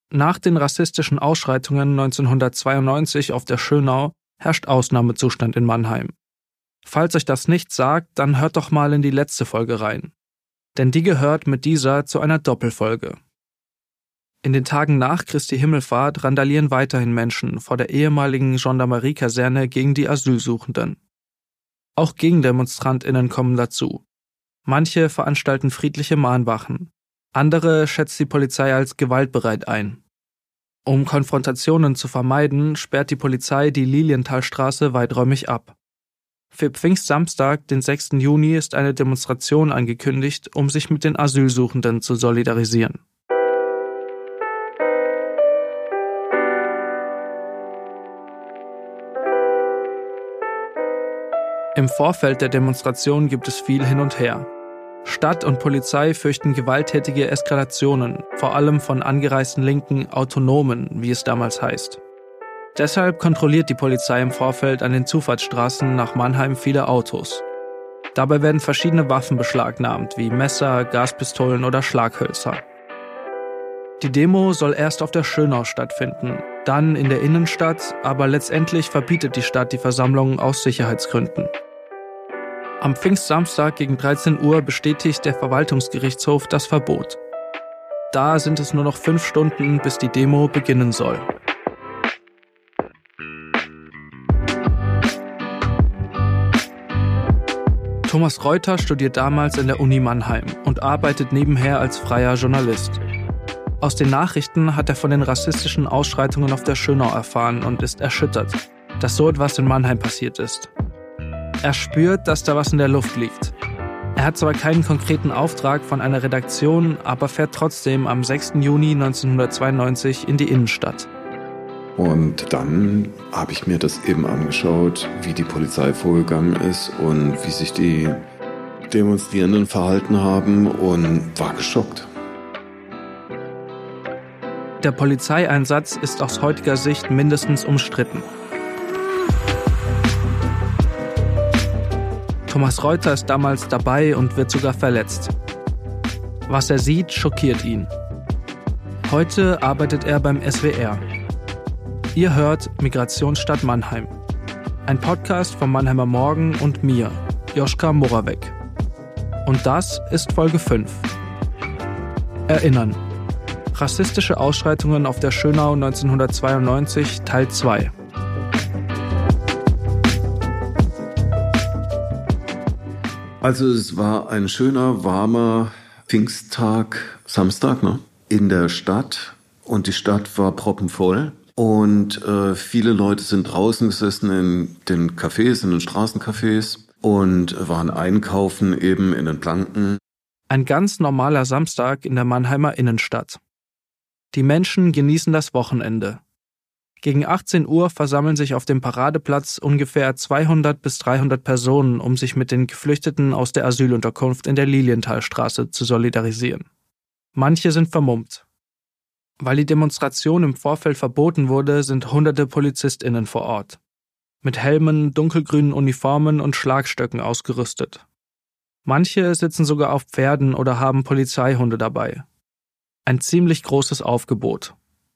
Nach den rassistischen Ausschreitungen 1992 auf der Schönau herrscht Ausnahmezustand in Mannheim. Falls euch das nicht sagt, dann hört doch mal in die letzte Folge rein. Denn die gehört mit dieser zu einer Doppelfolge. In den Tagen nach Christi Himmelfahrt randalieren weiterhin Menschen vor der ehemaligen Gendarmerie-Kaserne gegen die Asylsuchenden. Auch GegendemonstrantInnen kommen dazu. Manche veranstalten friedliche Mahnwachen. Andere schätzt die Polizei als gewaltbereit ein. Um Konfrontationen zu vermeiden, sperrt die Polizei die Lilienthalstraße weiträumig ab. Für Pfingstsamstag, den 6. Juni, ist eine Demonstration angekündigt, um sich mit den Asylsuchenden zu solidarisieren. Im Vorfeld der Demonstration gibt es viel hin und her. Stadt und Polizei fürchten gewalttätige Eskalationen, vor allem von angereisten linken Autonomen, wie es damals heißt. Deshalb kontrolliert die Polizei im Vorfeld an den Zufahrtsstraßen nach Mannheim viele Autos. Dabei werden verschiedene Waffen beschlagnahmt, wie Messer, Gaspistolen oder Schlaghölzer. Die Demo soll erst auf der Schönau stattfinden, dann in der Innenstadt, aber letztendlich verbietet die Stadt die Versammlung aus Sicherheitsgründen. Am Pfingstsamstag gegen 13 Uhr bestätigt der Verwaltungsgerichtshof das Verbot. Da sind es nur noch 5 Stunden, bis die Demo beginnen soll. Thomas Reuter studiert damals in der Uni Mannheim und arbeitet nebenher als freier Journalist. Aus den Nachrichten hat er von den rassistischen Ausschreitungen auf der Schönau erfahren und ist erschüttert, dass so etwas in Mannheim passiert ist. Er spürt, dass da was in der Luft liegt. Er hat zwar keinen konkreten Auftrag von einer Redaktion, aber fährt trotzdem am 6. Juni 1992 in die Innenstadt. Und dann habe ich mir das eben angeschaut, wie die Polizei vorgegangen ist und wie sich die Demonstrierenden verhalten haben und war geschockt. Der Polizeieinsatz ist aus heutiger Sicht mindestens umstritten. Thomas Reuter ist damals dabei und wird sogar verletzt. Was er sieht, schockiert ihn. Heute arbeitet er beim SWR. Ihr hört Migrationsstadt Mannheim. Ein Podcast vom Mannheimer Morgen und mir, Joschka Moravec. Und das ist Folge 5. Erinnern. Rassistische Ausschreitungen auf der Schönau 1992, Teil 2. Also es war ein schöner, warmer Pfingsttag, Samstag, in der Stadt. Und die Stadt war proppenvoll. Und viele Leute sind draußen gesessen in den Cafés, in den Straßencafés und waren einkaufen eben in den Planken. Ein ganz normaler Samstag in der Mannheimer Innenstadt. Die Menschen genießen das Wochenende. Gegen 18 Uhr versammeln sich auf dem Paradeplatz ungefähr 200 bis 300 Personen, um sich mit den Geflüchteten aus der Asylunterkunft in der Lilienthalstraße zu solidarisieren. Manche sind vermummt. Weil die Demonstration im Vorfeld verboten wurde, sind hunderte PolizistInnen vor Ort. Mit Helmen, dunkelgrünen Uniformen und Schlagstöcken ausgerüstet. Manche sitzen sogar auf Pferden oder haben Polizeihunde dabei. Ein ziemlich großes Aufgebot.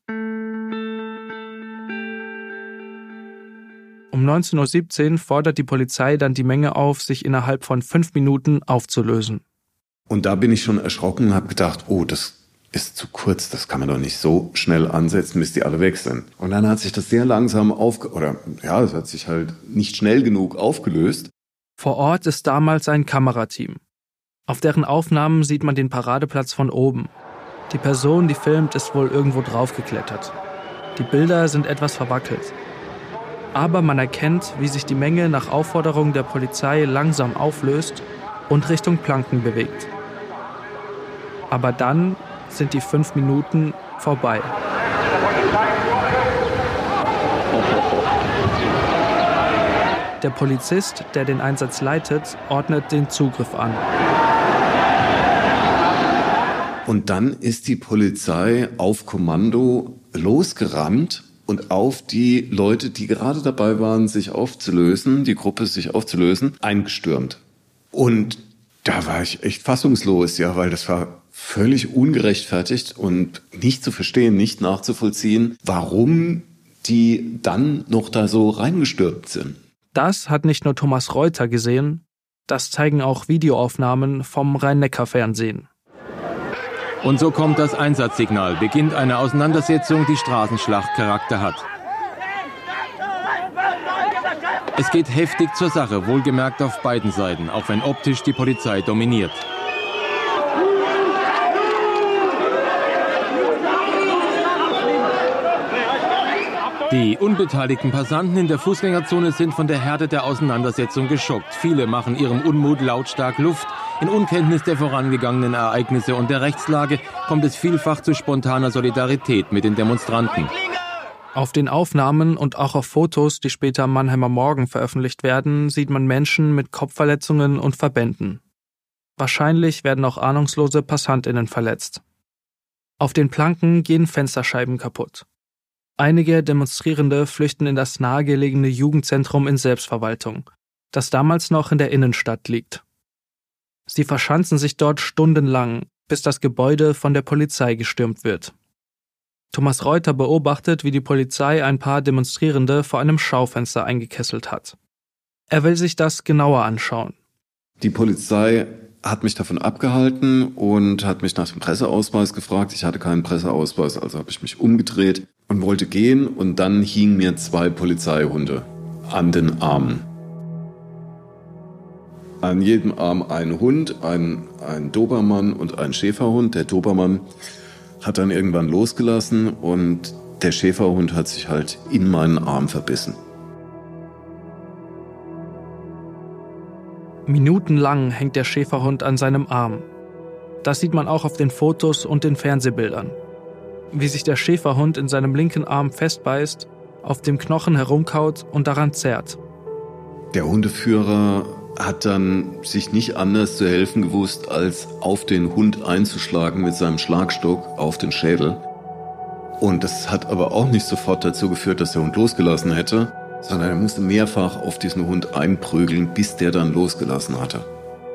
Um 19:17 Uhr fordert die Polizei dann die Menge auf, sich innerhalb von 5 Minuten aufzulösen. Und da bin ich schon erschrocken und habe gedacht, oh, das ist zu kurz, das kann man doch nicht so schnell ansetzen, bis die alle weg sind. Und dann hat sich das sehr langsam es hat sich halt nicht schnell genug aufgelöst. Vor Ort ist damals ein Kamerateam. Auf deren Aufnahmen sieht man den Paradeplatz von oben. Die Person, die filmt, ist wohl irgendwo draufgeklettert. Die Bilder sind etwas verwackelt. Aber man erkennt, wie sich die Menge nach Aufforderung der Polizei langsam auflöst und Richtung Planken bewegt. Aber dann sind die 5 Minuten vorbei. Der Polizist, der den Einsatz leitet, ordnet den Zugriff an. Und dann ist die Polizei auf Kommando losgerannt und auf die Leute, die gerade dabei waren, die Gruppe sich aufzulösen, eingestürmt. Und da war ich echt fassungslos, weil das war völlig ungerechtfertigt und nicht zu verstehen, nicht nachzuvollziehen, warum die dann noch da so reingestürmt sind. Das hat nicht nur Thomas Reuter gesehen, das zeigen auch Videoaufnahmen vom Rhein-Neckar-Fernsehen. Und so kommt das Einsatzsignal, beginnt eine Auseinandersetzung, die Straßenschlachtcharakter hat. Es geht heftig zur Sache, wohlgemerkt auf beiden Seiten, auch wenn optisch die Polizei dominiert. Die unbeteiligten Passanten in der Fußgängerzone sind von der Härte der Auseinandersetzung geschockt. Viele machen ihrem Unmut lautstark Luft. In Unkenntnis der vorangegangenen Ereignisse und der Rechtslage kommt es vielfach zu spontaner Solidarität mit den Demonstranten. Auf den Aufnahmen und auch auf Fotos, die später am Mannheimer Morgen veröffentlicht werden, sieht man Menschen mit Kopfverletzungen und Verbänden. Wahrscheinlich werden auch ahnungslose PassantInnen verletzt. Auf den Planken gehen Fensterscheiben kaputt. Einige Demonstrierende flüchten in das nahegelegene Jugendzentrum in Selbstverwaltung, das damals noch in der Innenstadt liegt. Sie verschanzen sich dort stundenlang, bis das Gebäude von der Polizei gestürmt wird. Thomas Reuter beobachtet, wie die Polizei ein paar Demonstrierende vor einem Schaufenster eingekesselt hat. Er will sich das genauer anschauen. Die Polizei hat mich davon abgehalten und hat mich nach dem Presseausweis gefragt. Ich hatte keinen Presseausweis, also habe ich mich umgedreht und wollte gehen. Und dann hingen mir 2 Polizeihunde an den Armen. An jedem Arm ein Hund, ein Dobermann und ein Schäferhund. Der Dobermann hat dann irgendwann losgelassen und der Schäferhund hat sich halt in meinen Arm verbissen. Minutenlang hängt der Schäferhund an seinem Arm. Das sieht man auch auf den Fotos und den Fernsehbildern. Wie sich der Schäferhund in seinem linken Arm festbeißt, auf dem Knochen herumkaut und daran zerrt. Der Hundeführer hat dann sich nicht anders zu helfen gewusst, als auf den Hund einzuschlagen mit seinem Schlagstock auf den Schädel. Und das hat aber auch nicht sofort dazu geführt, dass der Hund losgelassen hätte, sondern er musste mehrfach auf diesen Hund einprügeln, bis der dann losgelassen hatte.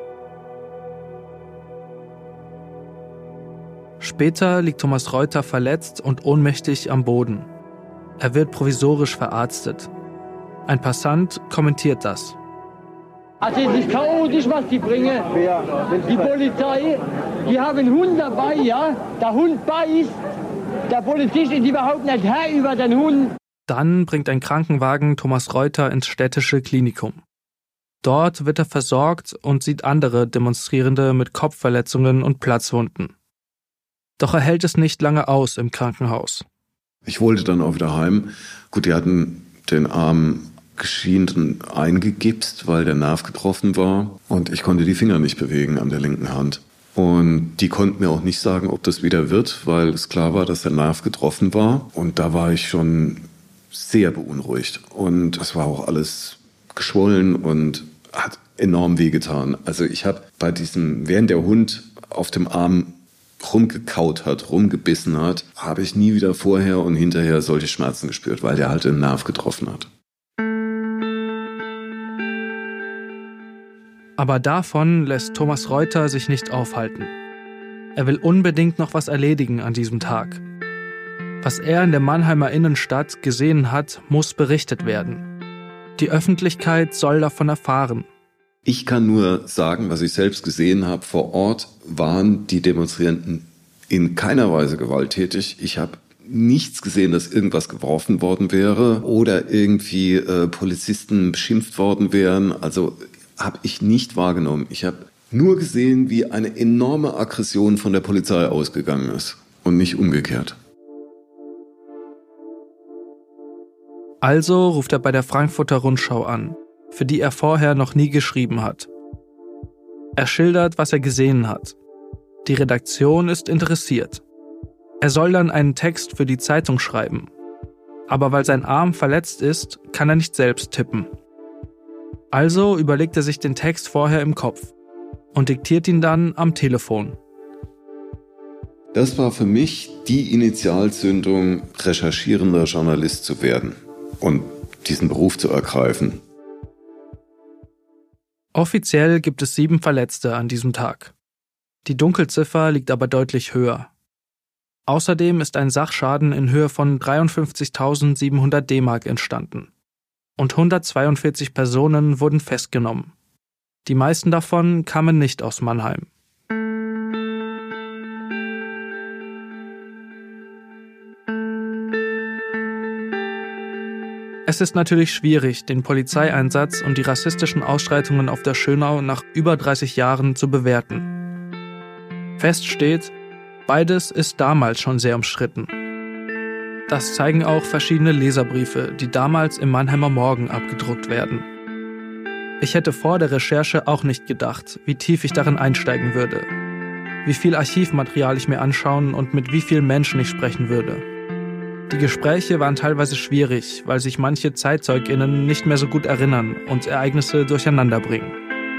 Später liegt Thomas Reuter verletzt und ohnmächtig am Boden. Er wird provisorisch verarztet. Ein Passant kommentiert das. Also es ist chaotisch, was die bringen. Die Polizei, die haben einen Hund dabei, ja. Der Hund beißt. Der Polizist ist überhaupt nicht Herr über den Hund. Dann bringt ein Krankenwagen Thomas Reuter ins städtische Klinikum. Dort wird er versorgt und sieht andere Demonstrierende mit Kopfverletzungen und Platzwunden. Doch er hält es nicht lange aus im Krankenhaus. Ich wollte dann auch wieder heim. Gut, die hatten den Arm geschient eingegipst, weil der Nerv getroffen war. Und ich konnte die Finger nicht bewegen an der linken Hand. Und die konnten mir auch nicht sagen, ob das wieder wird, weil es klar war, dass der Nerv getroffen war. Und da war ich schon sehr beunruhigt. Und das war auch alles geschwollen und hat enorm wehgetan. Also ich habe bei während der Hund auf dem Arm rumgekaut hat, rumgebissen hat, habe ich nie wieder vorher und hinterher solche Schmerzen gespürt, weil der halt den Nerv getroffen hat. Aber davon lässt Thomas Reuter sich nicht aufhalten. Er will unbedingt noch was erledigen an diesem Tag. Was er in der Mannheimer Innenstadt gesehen hat, muss berichtet werden. Die Öffentlichkeit soll davon erfahren. Ich kann nur sagen, was ich selbst gesehen habe. Vor Ort waren die Demonstrierenden in keiner Weise gewalttätig. Ich habe nichts gesehen, dass irgendwas geworfen worden wäre oder irgendwie Polizisten beschimpft worden wären. Also habe ich nicht wahrgenommen. Ich habe nur gesehen, wie eine enorme Aggression von der Polizei ausgegangen ist und nicht umgekehrt. Also ruft er bei der Frankfurter Rundschau an, für die er vorher noch nie geschrieben hat. Er schildert, was er gesehen hat. Die Redaktion ist interessiert. Er soll dann einen Text für die Zeitung schreiben. Aber weil sein Arm verletzt ist, kann er nicht selbst tippen. Also überlegt er sich den Text vorher im Kopf und diktiert ihn dann am Telefon. Das war für mich die Initialzündung, recherchierender Journalist zu werden und diesen Beruf zu ergreifen. Offiziell gibt es 7 Verletzte an diesem Tag. Die Dunkelziffer liegt aber deutlich höher. Außerdem ist ein Sachschaden in Höhe von 53.700 D-Mark entstanden. Und 142 Personen wurden festgenommen. Die meisten davon kamen nicht aus Mannheim. Es ist natürlich schwierig, den Polizeieinsatz und die rassistischen Ausschreitungen auf der Schönau nach über 30 Jahren zu bewerten. Fest steht, beides ist damals schon sehr umstritten. Das zeigen auch verschiedene Leserbriefe, die damals im Mannheimer Morgen abgedruckt werden. Ich hätte vor der Recherche auch nicht gedacht, wie tief ich darin einsteigen würde, wie viel Archivmaterial ich mir anschauen und mit wie vielen Menschen ich sprechen würde. Die Gespräche waren teilweise schwierig, weil sich manche ZeitzeugInnen nicht mehr so gut erinnern und Ereignisse durcheinander bringen.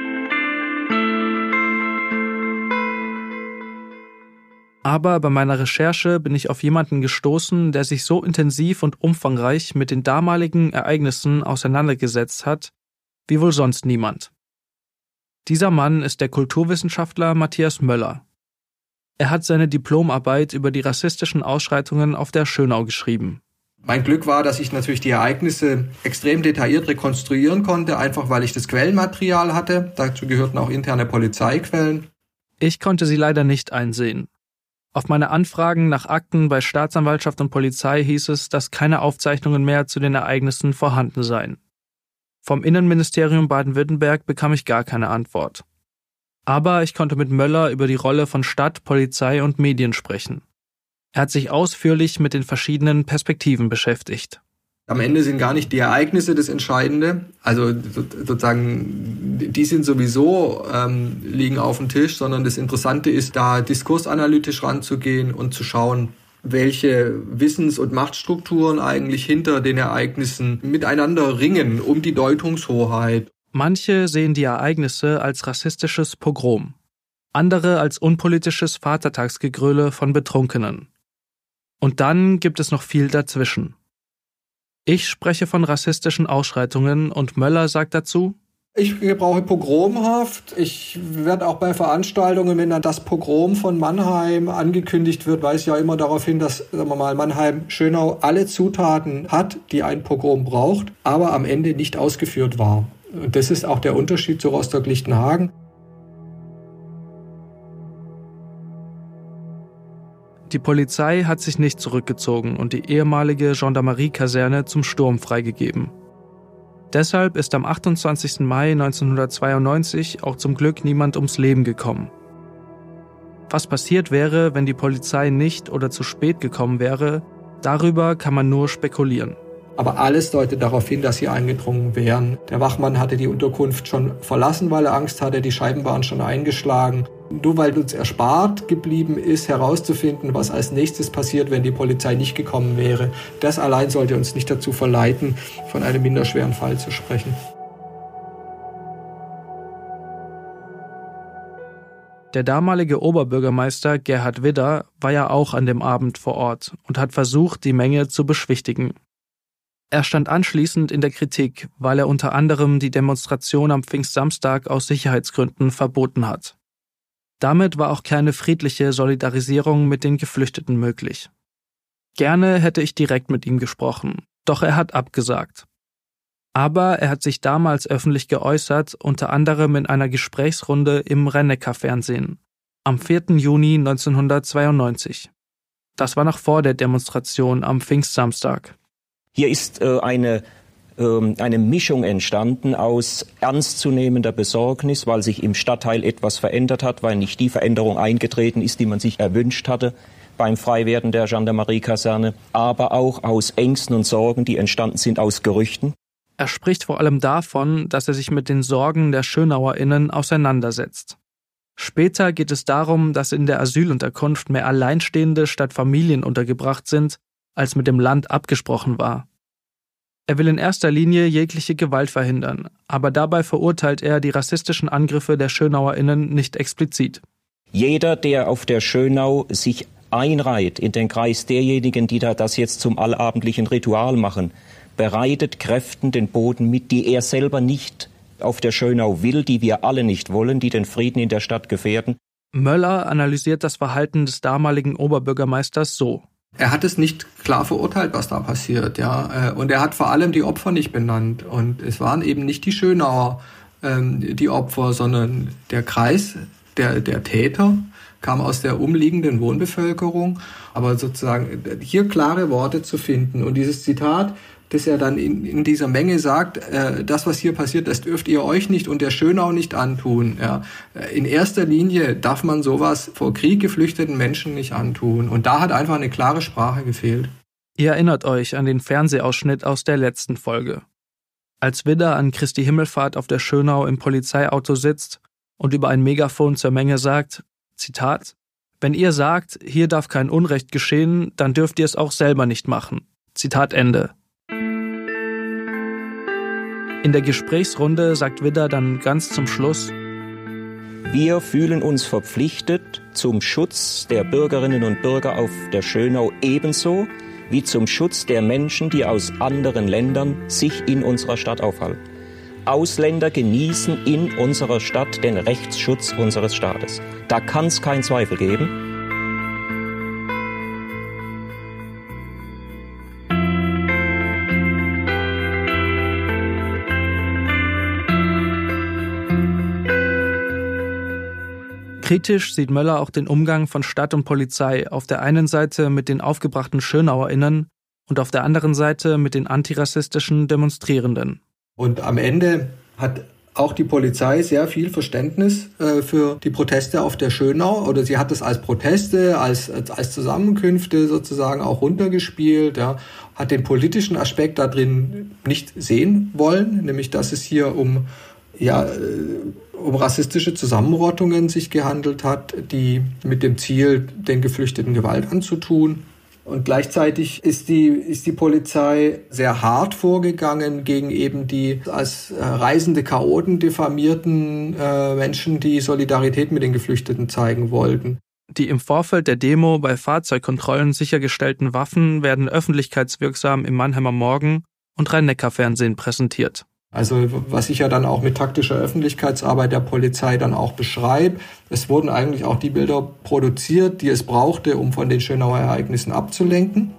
Aber bei meiner Recherche bin ich auf jemanden gestoßen, der sich so intensiv und umfangreich mit den damaligen Ereignissen auseinandergesetzt hat, wie wohl sonst niemand. Dieser Mann ist der Kulturwissenschaftler Matthias Möller. Er hat seine Diplomarbeit über die rassistischen Ausschreitungen auf der Schönau geschrieben. Mein Glück war, dass ich natürlich die Ereignisse extrem detailliert rekonstruieren konnte, einfach weil ich das Quellenmaterial hatte. Dazu gehörten auch interne Polizeiquellen. Ich konnte sie leider nicht einsehen. Auf meine Anfragen nach Akten bei Staatsanwaltschaft und Polizei hieß es, dass keine Aufzeichnungen mehr zu den Ereignissen vorhanden seien. Vom Innenministerium Baden-Württemberg bekam ich gar keine Antwort. Aber ich konnte mit Möller über die Rolle von Stadt, Polizei und Medien sprechen. Er hat sich ausführlich mit den verschiedenen Perspektiven beschäftigt. Am Ende sind gar nicht die Ereignisse das Entscheidende. Also sozusagen, die sind sowieso, liegen auf dem Tisch, sondern das Interessante ist, da diskursanalytisch ranzugehen und zu schauen, welche Wissens- und Machtstrukturen eigentlich hinter den Ereignissen miteinander ringen um die Deutungshoheit. Manche sehen die Ereignisse als rassistisches Pogrom, andere als unpolitisches Vatertagsgegröle von Betrunkenen. Und dann gibt es noch viel dazwischen. Ich spreche von rassistischen Ausschreitungen und Möller sagt dazu: Ich gebrauche pogromhaft. Ich werde auch bei Veranstaltungen, wenn dann das Pogrom von Mannheim angekündigt wird, weist ja immer darauf hin, dass, sagen wir mal, Mannheim-Schönau alle Zutaten hat, die ein Pogrom braucht, aber am Ende nicht ausgeführt war. Und das ist auch der Unterschied zu Rostock-Lichtenhagen. Die Polizei hat sich nicht zurückgezogen und die ehemalige Gendarmerie-Kaserne zum Sturm freigegeben. Deshalb ist am 28. Mai 1992 auch zum Glück niemand ums Leben gekommen. Was passiert wäre, wenn die Polizei nicht oder zu spät gekommen wäre, darüber kann man nur spekulieren. Aber alles deutet darauf hin, dass sie eingedrungen wären. Der Wachmann hatte die Unterkunft schon verlassen, weil er Angst hatte. Die Scheiben waren schon eingeschlagen. Nur weil uns erspart geblieben ist, herauszufinden, was als nächstes passiert, wenn die Polizei nicht gekommen wäre. Das allein sollte uns nicht dazu verleiten, von einem minderschweren Fall zu sprechen. Der damalige Oberbürgermeister Gerhard Widder war ja auch an dem Abend vor Ort und hat versucht, die Menge zu beschwichtigen. Er stand anschließend in der Kritik, weil er unter anderem die Demonstration am Pfingstsamstag aus Sicherheitsgründen verboten hat. Damit war auch keine friedliche Solidarisierung mit den Geflüchteten möglich. Gerne hätte ich direkt mit ihm gesprochen, doch er hat abgesagt. Aber er hat sich damals öffentlich geäußert, unter anderem in einer Gesprächsrunde im Rhein-Neckar-Fernsehen, am 4. Juni 1992. Das war noch vor der Demonstration am Pfingstsamstag. Hier ist eine Mischung entstanden aus ernstzunehmender Besorgnis, weil sich im Stadtteil etwas verändert hat, weil nicht die Veränderung eingetreten ist, die man sich erwünscht hatte beim Freiwerden der Gendarmerie-Kaserne, aber auch aus Ängsten und Sorgen, die entstanden sind aus Gerüchten. Er spricht vor allem davon, dass er sich mit den Sorgen der SchönauerInnen auseinandersetzt. Später geht es darum, dass in der Asylunterkunft mehr Alleinstehende statt Familien untergebracht sind, als mit dem Land abgesprochen war. Er will in erster Linie jegliche Gewalt verhindern, aber dabei verurteilt er die rassistischen Angriffe der SchönauerInnen nicht explizit. Jeder, der auf der Schönau sich einreiht in den Kreis derjenigen, die das jetzt zum allabendlichen Ritual machen, bereitet Kräften den Boden mit, die er selber nicht auf der Schönau will, die wir alle nicht wollen, die den Frieden in der Stadt gefährden. Möller analysiert das Verhalten des damaligen Oberbürgermeisters so. Er hat es nicht klar verurteilt, was da passiert, ja. Und er hat vor allem die Opfer nicht benannt. Und es waren eben nicht die Schönauer, die Opfer, sondern der Kreis der Täter kam aus der umliegenden Wohnbevölkerung. Aber sozusagen hier klare Worte zu finden und dieses Zitat, das er dann in dieser Menge sagt, das, was hier passiert, das dürft ihr euch nicht und der Schönau nicht antun. Ja. In erster Linie darf man sowas vor Krieg geflüchteten Menschen nicht antun. Und da hat einfach eine klare Sprache gefehlt. Ihr erinnert euch an den Fernsehausschnitt aus der letzten Folge. Als Widder an Christi Himmelfahrt auf der Schönau im Polizeiauto sitzt und über ein Megafon zur Menge sagt, Zitat, wenn ihr sagt, hier darf kein Unrecht geschehen, dann dürft ihr es auch selber nicht machen. Zitat Ende. In der Gesprächsrunde sagt Widder dann ganz zum Schluss: Wir fühlen uns verpflichtet zum Schutz der Bürgerinnen und Bürger auf der Schönau ebenso wie zum Schutz der Menschen, die aus anderen Ländern sich in unserer Stadt aufhalten. Ausländer genießen in unserer Stadt den Rechtsschutz unseres Staates. Da kann es keinen Zweifel geben. Kritisch sieht Möller auch den Umgang von Stadt und Polizei auf der einen Seite mit den aufgebrachten SchönauerInnen und auf der anderen Seite mit den antirassistischen Demonstrierenden. Und am Ende hat auch die Polizei sehr viel Verständnis für die Proteste auf der Schönau. Oder sie hat es als Proteste, als Zusammenkünfte sozusagen auch runtergespielt. Ja. Hat den politischen Aspekt da drin nicht sehen wollen, nämlich dass es hier um rassistische Zusammenrottungen sich gehandelt hat, die mit dem Ziel, den Geflüchteten Gewalt anzutun. Und gleichzeitig ist die Polizei sehr hart vorgegangen gegen eben die als reisende Chaoten diffamierten Menschen, die Solidarität mit den Geflüchteten zeigen wollten. Die im Vorfeld der Demo bei Fahrzeugkontrollen sichergestellten Waffen werden öffentlichkeitswirksam im Mannheimer Morgen und Rhein-Neckar-Fernsehen präsentiert. Also was ich ja dann auch mit taktischer Öffentlichkeitsarbeit der Polizei dann auch beschreibe. Es wurden eigentlich auch die Bilder produziert, die es brauchte, um von den Schönauer Ereignissen abzulenken.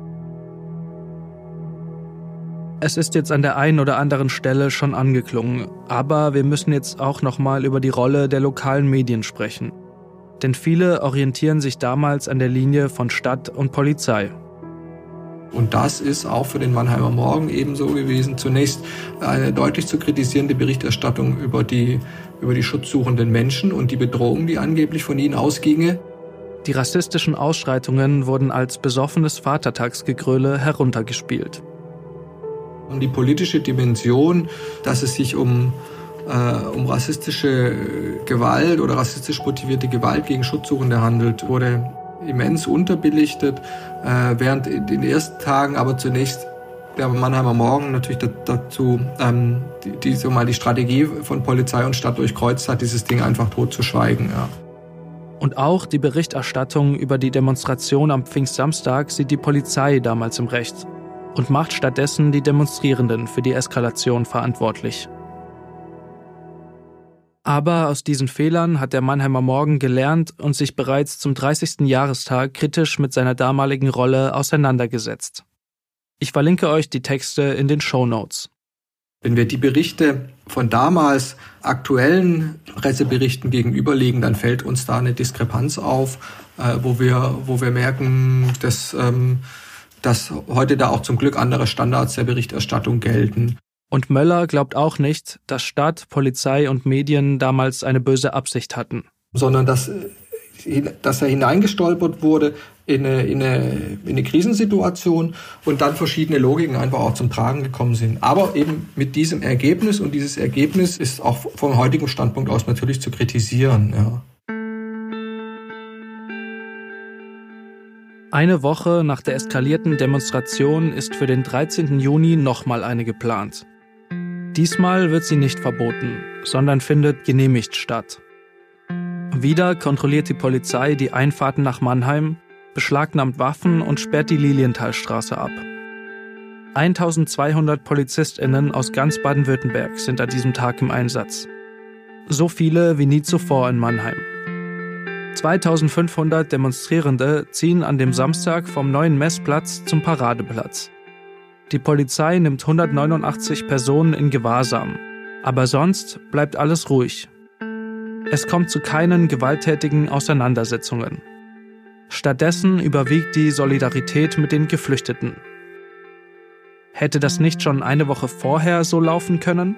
Es ist jetzt an der einen oder anderen Stelle schon angeklungen, aber wir müssen jetzt auch nochmal über die Rolle der lokalen Medien sprechen. Denn viele orientieren sich damals an der Linie von Stadt und Polizei. Und das ist auch für den Mannheimer Morgen ebenso gewesen. Zunächst eine deutlich zu kritisierende Berichterstattung über die schutzsuchenden Menschen und die Bedrohung, die angeblich von ihnen ausginge. Die rassistischen Ausschreitungen wurden als besoffenes Vatertagsgegröle heruntergespielt. Und die politische Dimension, dass es sich um rassistische Gewalt oder rassistisch motivierte Gewalt gegen Schutzsuchende handelt, wurde immens unterbelichtet, während in den ersten Tagen aber zunächst der Mannheimer Morgen natürlich dazu die Strategie von Polizei und Stadt durchkreuzt hat, dieses Ding einfach totzuschweigen. Ja. Und auch die Berichterstattung über die Demonstration am Pfingstsamstag sieht die Polizei damals im Recht und macht stattdessen die Demonstrierenden für die Eskalation verantwortlich. Aber aus diesen Fehlern hat der Mannheimer Morgen gelernt und sich bereits zum 30. Jahrestag kritisch mit seiner damaligen Rolle auseinandergesetzt. Ich verlinke euch die Texte in den Shownotes. Wenn wir die Berichte von damals aktuellen Presseberichten gegenüberlegen, dann fällt uns da eine Diskrepanz auf, wo wir merken, dass heute da auch zum Glück andere Standards der Berichterstattung gelten. Und Möller glaubt auch nicht, dass Stadt, Polizei und Medien damals eine böse Absicht hatten. Sondern dass er hineingestolpert wurde in eine Krisensituation und dann verschiedene Logiken einfach auch zum Tragen gekommen sind. Aber eben mit diesem Ergebnis, und dieses Ergebnis ist auch vom heutigen Standpunkt aus natürlich zu kritisieren. Ja. Eine Woche nach der eskalierten Demonstration ist für den 13. Juni nochmal eine geplant. Diesmal wird sie nicht verboten, sondern findet genehmigt statt. Wieder kontrolliert die Polizei die Einfahrten nach Mannheim, beschlagnahmt Waffen und sperrt die Lilienthalstraße ab. 1200 PolizistInnen aus ganz Baden-Württemberg sind an diesem Tag im Einsatz. So viele wie nie zuvor in Mannheim. 2500 Demonstrierende ziehen an dem Samstag vom neuen Messplatz zum Paradeplatz. Die Polizei nimmt 189 Personen in Gewahrsam, aber sonst bleibt alles ruhig. Es kommt zu keinen gewalttätigen Auseinandersetzungen. Stattdessen überwiegt die Solidarität mit den Geflüchteten. Hätte das nicht schon eine Woche vorher so laufen können?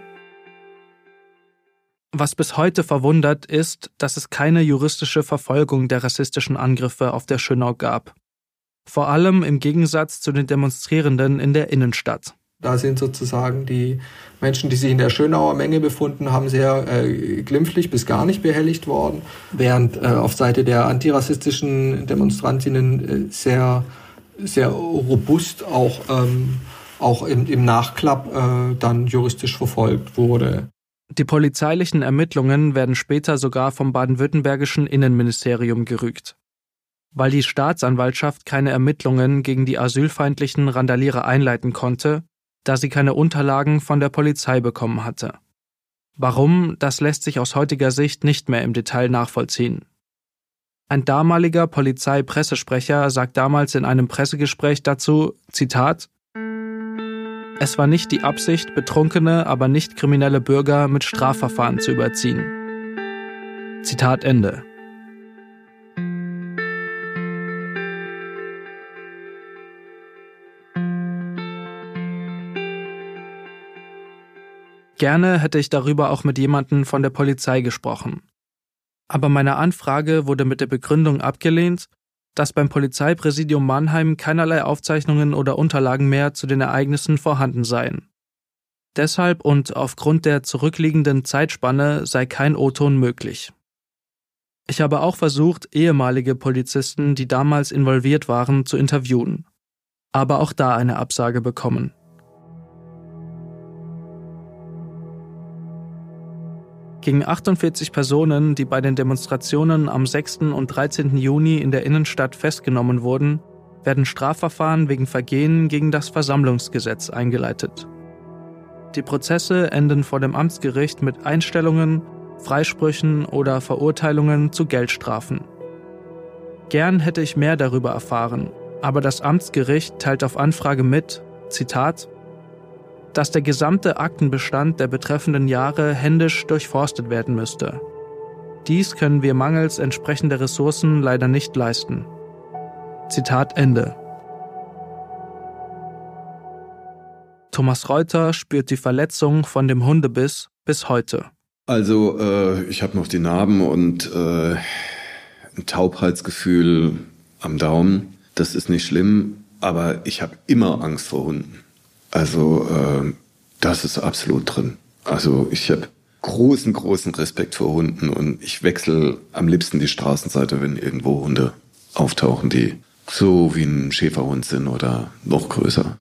Was bis heute verwundert, ist, dass es keine juristische Verfolgung der rassistischen Angriffe auf der Schönau gab. Vor allem im Gegensatz zu den Demonstrierenden in der Innenstadt. Da sind sozusagen die Menschen, die sich in der Schönauer Menge befunden haben, sehr glimpflich bis gar nicht behelligt worden, während auf Seite der antirassistischen Demonstrantinnen sehr, sehr robust auch im Nachklapp dann juristisch verfolgt wurde. Die polizeilichen Ermittlungen werden später sogar vom baden-württembergischen Innenministerium gerügt. Weil die Staatsanwaltschaft keine Ermittlungen gegen die asylfeindlichen Randalierer einleiten konnte, da sie keine Unterlagen von der Polizei bekommen hatte. Warum, das lässt sich aus heutiger Sicht nicht mehr im Detail nachvollziehen. Ein damaliger Polizeipressesprecher sagt damals in einem Pressegespräch dazu, Zitat, „Es war nicht die Absicht, betrunkene, aber nicht kriminelle Bürger mit Strafverfahren zu überziehen." Zitat Ende. Gerne hätte ich darüber auch mit jemandem von der Polizei gesprochen. Aber meine Anfrage wurde mit der Begründung abgelehnt, dass beim Polizeipräsidium Mannheim keinerlei Aufzeichnungen oder Unterlagen mehr zu den Ereignissen vorhanden seien. Deshalb und aufgrund der zurückliegenden Zeitspanne sei kein O-Ton möglich. Ich habe auch versucht, ehemalige Polizisten, die damals involviert waren, zu interviewen. Aber auch da eine Absage bekommen. Gegen 48 Personen, die bei den Demonstrationen am 6. und 13. Juni in der Innenstadt festgenommen wurden, werden Strafverfahren wegen Vergehen gegen das Versammlungsgesetz eingeleitet. Die Prozesse enden vor dem Amtsgericht mit Einstellungen, Freisprüchen oder Verurteilungen zu Geldstrafen. Gern hätte ich mehr darüber erfahren, aber das Amtsgericht teilt auf Anfrage mit, Zitat, dass der gesamte Aktenbestand der betreffenden Jahre händisch durchforstet werden müsste. Dies können wir mangels entsprechender Ressourcen leider nicht leisten. Zitat Ende. Thomas Reuter spürt die Verletzung von dem Hundebiss bis heute. Also ich habe noch die Narben und ein Taubheitsgefühl am Daumen. Das ist nicht schlimm, aber ich habe immer Angst vor Hunden. Also das ist absolut drin. Also ich habe großen Respekt vor Hunden und ich wechsle am liebsten die Straßenseite, wenn irgendwo Hunde auftauchen, die so wie ein Schäferhund sind oder noch größer.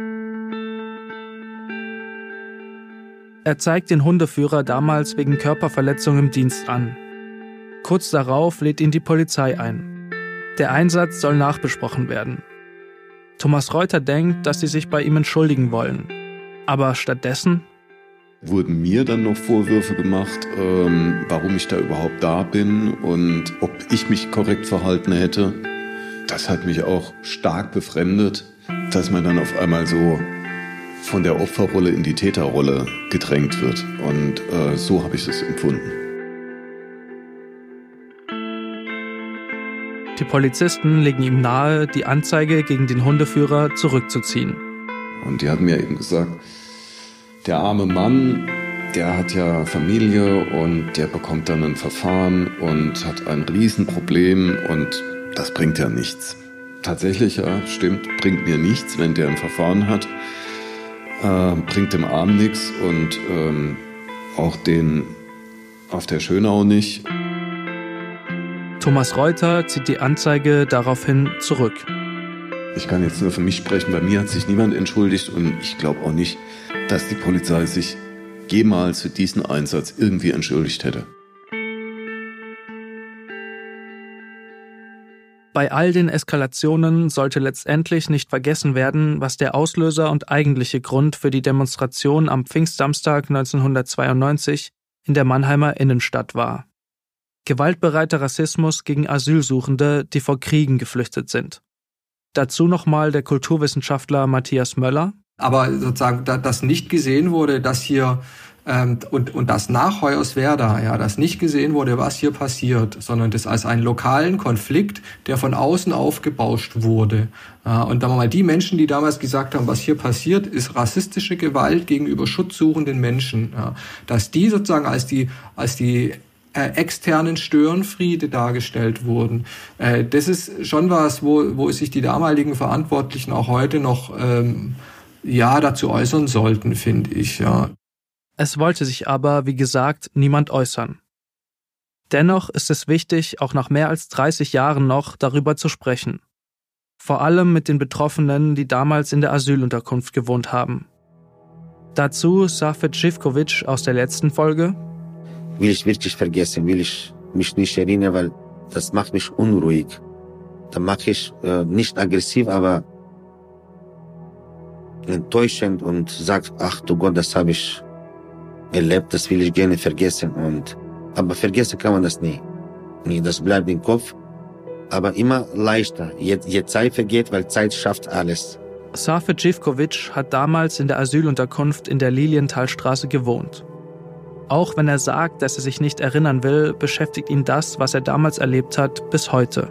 Er zeigt den Hundeführer damals wegen Körperverletzung im Dienst an. Kurz darauf lädt ihn die Polizei ein. Der Einsatz soll nachbesprochen werden. Thomas Reuter denkt, dass sie sich bei ihm entschuldigen wollen. Aber stattdessen wurden mir dann noch Vorwürfe gemacht, warum ich da überhaupt da bin und ob ich mich korrekt verhalten hätte. Das hat mich auch stark befremdet, dass man dann auf einmal so von der Opferrolle in die Täterrolle gedrängt wird. Und so habe ich das empfunden. Die Polizisten legen ihm nahe, die Anzeige gegen den Hundeführer zurückzuziehen. Und die hatten mir eben gesagt, der arme Mann, der hat ja Familie und der bekommt dann ein Verfahren und hat ein Riesenproblem und das bringt ja nichts. Tatsächlich, ja, stimmt, bringt mir nichts, wenn der ein Verfahren hat. Bringt dem Armen nichts und auch den auf der Schönau nicht. Thomas Reuter zieht die Anzeige daraufhin zurück. Ich kann jetzt nur für mich sprechen, bei mir hat sich niemand entschuldigt und ich glaube auch nicht, dass die Polizei sich jemals für diesen Einsatz irgendwie entschuldigt hätte. Bei all den Eskalationen sollte letztendlich nicht vergessen werden, was der Auslöser und eigentliche Grund für die Demonstration am Pfingstsamstag 1992 in der Mannheimer Innenstadt war. Gewaltbereiter Rassismus gegen Asylsuchende, die vor Kriegen geflüchtet sind. Dazu nochmal der Kulturwissenschaftler Matthias Möller. Aber sozusagen, dass nicht gesehen wurde, dass hier und das nach Hoyerswerda, ja, dass nicht gesehen wurde, was hier passiert, sondern das als einen lokalen Konflikt, der von außen aufgebauscht wurde. Ja, und dann mal die Menschen, die damals gesagt haben, was hier passiert, ist rassistische Gewalt gegenüber schutzsuchenden Menschen, ja, dass die sozusagen als die externen Störenfriede dargestellt wurden. Das ist schon was, wo sich die damaligen Verantwortlichen auch heute noch dazu äußern sollten, finde ich. Ja. Es wollte sich aber, wie gesagt, niemand äußern. Dennoch ist es wichtig, auch nach mehr als 30 Jahren noch darüber zu sprechen. Vor allem mit den Betroffenen, die damals in der Asylunterkunft gewohnt haben. Dazu Safet Živković aus der letzten Folge. Will ich wirklich vergessen, will ich mich nicht erinnern, weil das macht mich unruhig. Da mache ich nicht aggressiv, aber enttäuschend und sage, ach du Gott, das habe ich erlebt, das will ich gerne vergessen. Aber vergessen kann man das nie. Das bleibt im Kopf, aber immer leichter. Je Zeit vergeht, weil Zeit schafft alles. Safet Živković hat damals in der Asylunterkunft in der Lilienthalstraße gewohnt. Auch wenn er sagt, dass er sich nicht erinnern will, beschäftigt ihn das, was er damals erlebt hat, bis heute.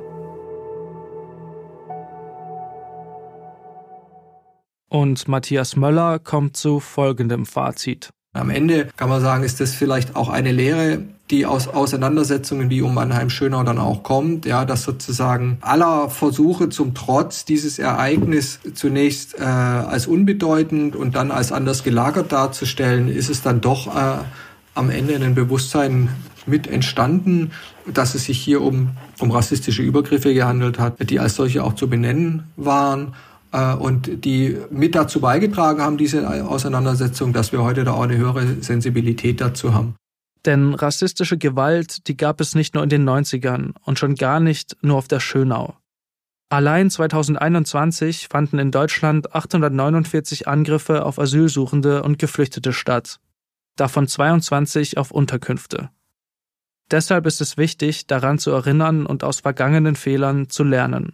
Und Matthias Möller kommt zu folgendem Fazit. Am Ende kann man sagen, ist das vielleicht auch eine Lehre, die aus Auseinandersetzungen wie um Mannheim-Schönau dann auch kommt, ja, dass sozusagen aller Versuche zum Trotz dieses Ereignis zunächst als unbedeutend und dann als anders gelagert darzustellen, ist es dann doch am Ende ein Bewusstsein mit entstanden, dass es sich hier um rassistische Übergriffe gehandelt hat, die als solche auch zu benennen waren. Und die mit dazu beigetragen haben, diese Auseinandersetzung, dass wir heute da auch eine höhere Sensibilität dazu haben. Denn rassistische Gewalt, die gab es nicht nur in den 90ern und schon gar nicht nur auf der Schönau. Allein 2021 fanden in Deutschland 849 Angriffe auf Asylsuchende und Geflüchtete statt, davon 22 auf Unterkünfte. Deshalb ist es wichtig, daran zu erinnern und aus vergangenen Fehlern zu lernen.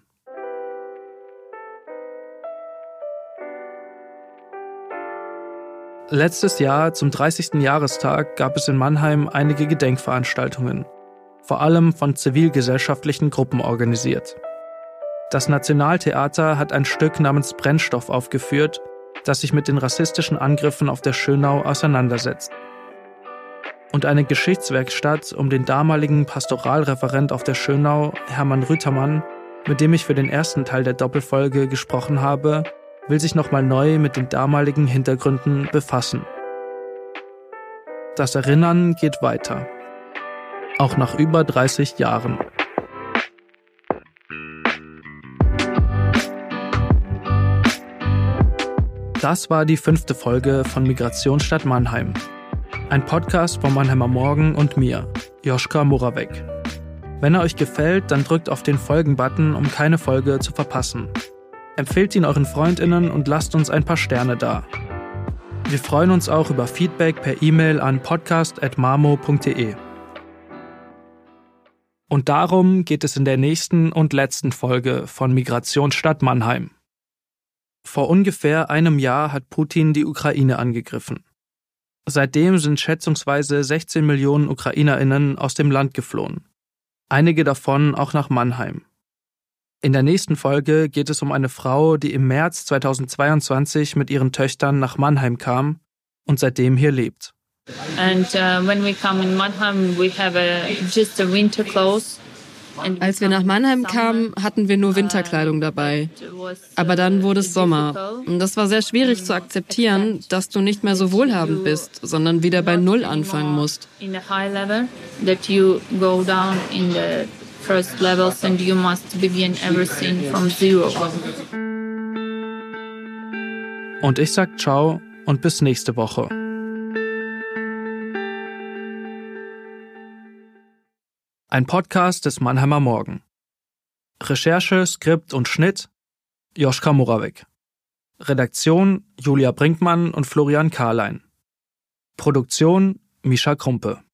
Letztes Jahr, zum 30. Jahrestag, gab es in Mannheim einige Gedenkveranstaltungen, vor allem von zivilgesellschaftlichen Gruppen organisiert. Das Nationaltheater hat ein Stück namens Brennstoff aufgeführt, das sich mit den rassistischen Angriffen auf der Schönau auseinandersetzt. Und eine Geschichtswerkstatt um den damaligen Pastoralreferent auf der Schönau, Hermann Rüthermann, mit dem ich für den ersten Teil der Doppelfolge gesprochen habe, will sich nochmal neu mit den damaligen Hintergründen befassen. Das Erinnern geht weiter. Auch nach über 30 Jahren. Das war die 5. Folge von Migration statt Mannheim. Ein Podcast von Mannheimer Morgen und mir, Joschka Moravec. Wenn er euch gefällt, dann drückt auf den Folgen-Button, um keine Folge zu verpassen. Empfehlt ihn euren FreundInnen und lasst uns ein paar Sterne da. Wir freuen uns auch über Feedback per E-Mail an podcast@mamo.de. Und darum geht es in der nächsten und letzten Folge von Migration statt Mannheim. Vor ungefähr einem Jahr hat Putin die Ukraine angegriffen. Seitdem sind schätzungsweise 16 Millionen UkrainerInnen aus dem Land geflohen. Einige davon auch nach Mannheim. In der nächsten Folge geht es um eine Frau, die im März 2022 mit ihren Töchtern nach Mannheim kam und seitdem hier lebt. And when we come in Mannheim, we have just a winter clothes. Als wir nach Mannheim kamen, hatten wir nur Winterkleidung dabei. Aber dann wurde es Sommer. Und das war sehr schwierig zu akzeptieren, dass du nicht mehr so wohlhabend bist, sondern wieder bei Null anfangen musst. First levels and you must begin everything from zero. Und ich sag ciao und bis nächste Woche. Ein Podcast des Mannheimer Morgen. Recherche, Skript und Schnitt Joschka Moravec. Redaktion Julia Brinkmann und Florian Karlein. Produktion Mischa Krumpe.